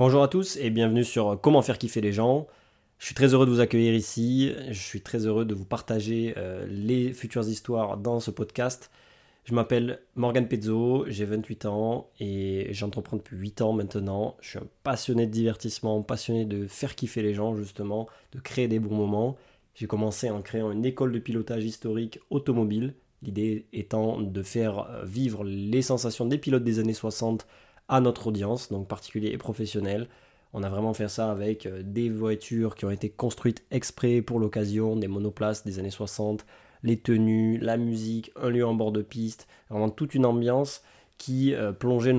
Bonjour à tous et bienvenue sur Comment faire kiffer les gens. Je suis très heureux de vous accueillir ici. Je suis très heureux de vous partager les futures histoires dans ce podcast. Je m'appelle Morgan Pezzo, j'ai 28 ans et j'entreprends depuis 8 ans maintenant. Je suis un passionné de divertissement, passionné de faire kiffer les gens justement, de créer des bons moments. J'ai commencé en créant une école de pilotage historique automobile. L'idée étant de faire vivre les sensations des pilotes des années 60 à notre audience, donc particulier et professionnelle. On a vraiment fait ça avec des voitures qui ont été construites exprès pour l'occasion, des monoplaces des années 60, les tenues, la musique, un lieu en bord de piste, vraiment toute une ambiance qui plongeait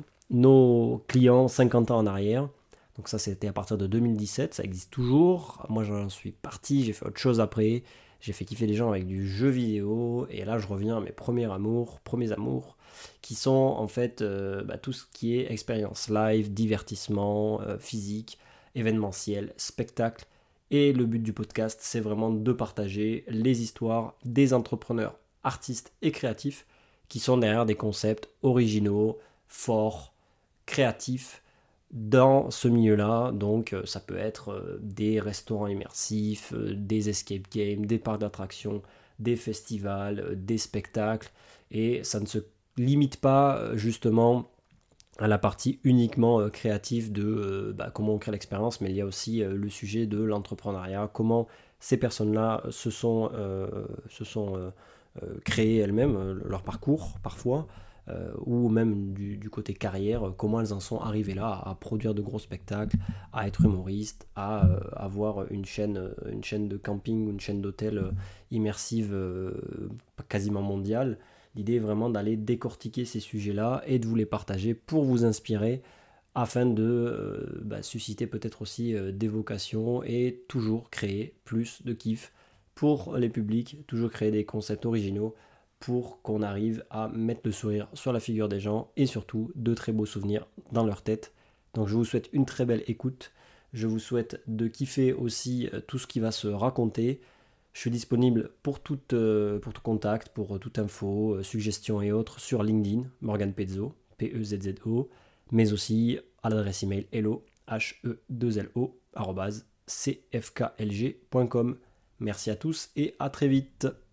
nos clients 50 ans en arrière. Donc ça c'était à partir de 2017, ça existe toujours. Moi j'en suis parti, j'ai fait autre chose après. J'ai fait kiffer les gens avec du jeu vidéo et là je reviens à mes premiers amours qui sont en fait tout ce qui est expérience live, divertissement, physique, événementiel, spectacle. Et le but du podcast, c'est vraiment de partager les histoires des entrepreneurs, artistes et créatifs qui sont derrière des concepts originaux, forts, créatifs dans ce milieu-là. Donc ça peut être des restaurants immersifs, des escape games, des parcs d'attractions, des festivals, des spectacles. Et ça ne se limite pas justement à la partie uniquement créative de comment on crée l'expérience, mais il y a aussi le sujet de l'entrepreneuriat, comment ces personnes-là se sont créées elles-mêmes, leur parcours parfois, ou même du côté carrière, comment elles en sont arrivées là, à produire de gros spectacles, à être humoriste, à avoir une chaîne de camping, une chaîne d'hôtel immersive quasiment mondiale. L'idée est vraiment d'aller décortiquer ces sujets-là et de vous les partager pour vous inspirer afin de susciter peut-être aussi des vocations et toujours créer plus de kiff pour les publics, toujours créer des concepts originaux pour qu'on arrive à mettre le sourire sur la figure des gens et surtout de très beaux souvenirs dans leur tête. Donc je vous souhaite une très belle écoute, je vous souhaite de kiffer aussi tout ce qui va se raconter. Je suis disponible pour tout contact, pour toute info, suggestions et autres sur LinkedIn, Morgan Pezzo, P-E-Z-Z-O, mais aussi à l'adresse email hello, h-e-2-l-o, @cfklg.com. Merci à tous et à très vite.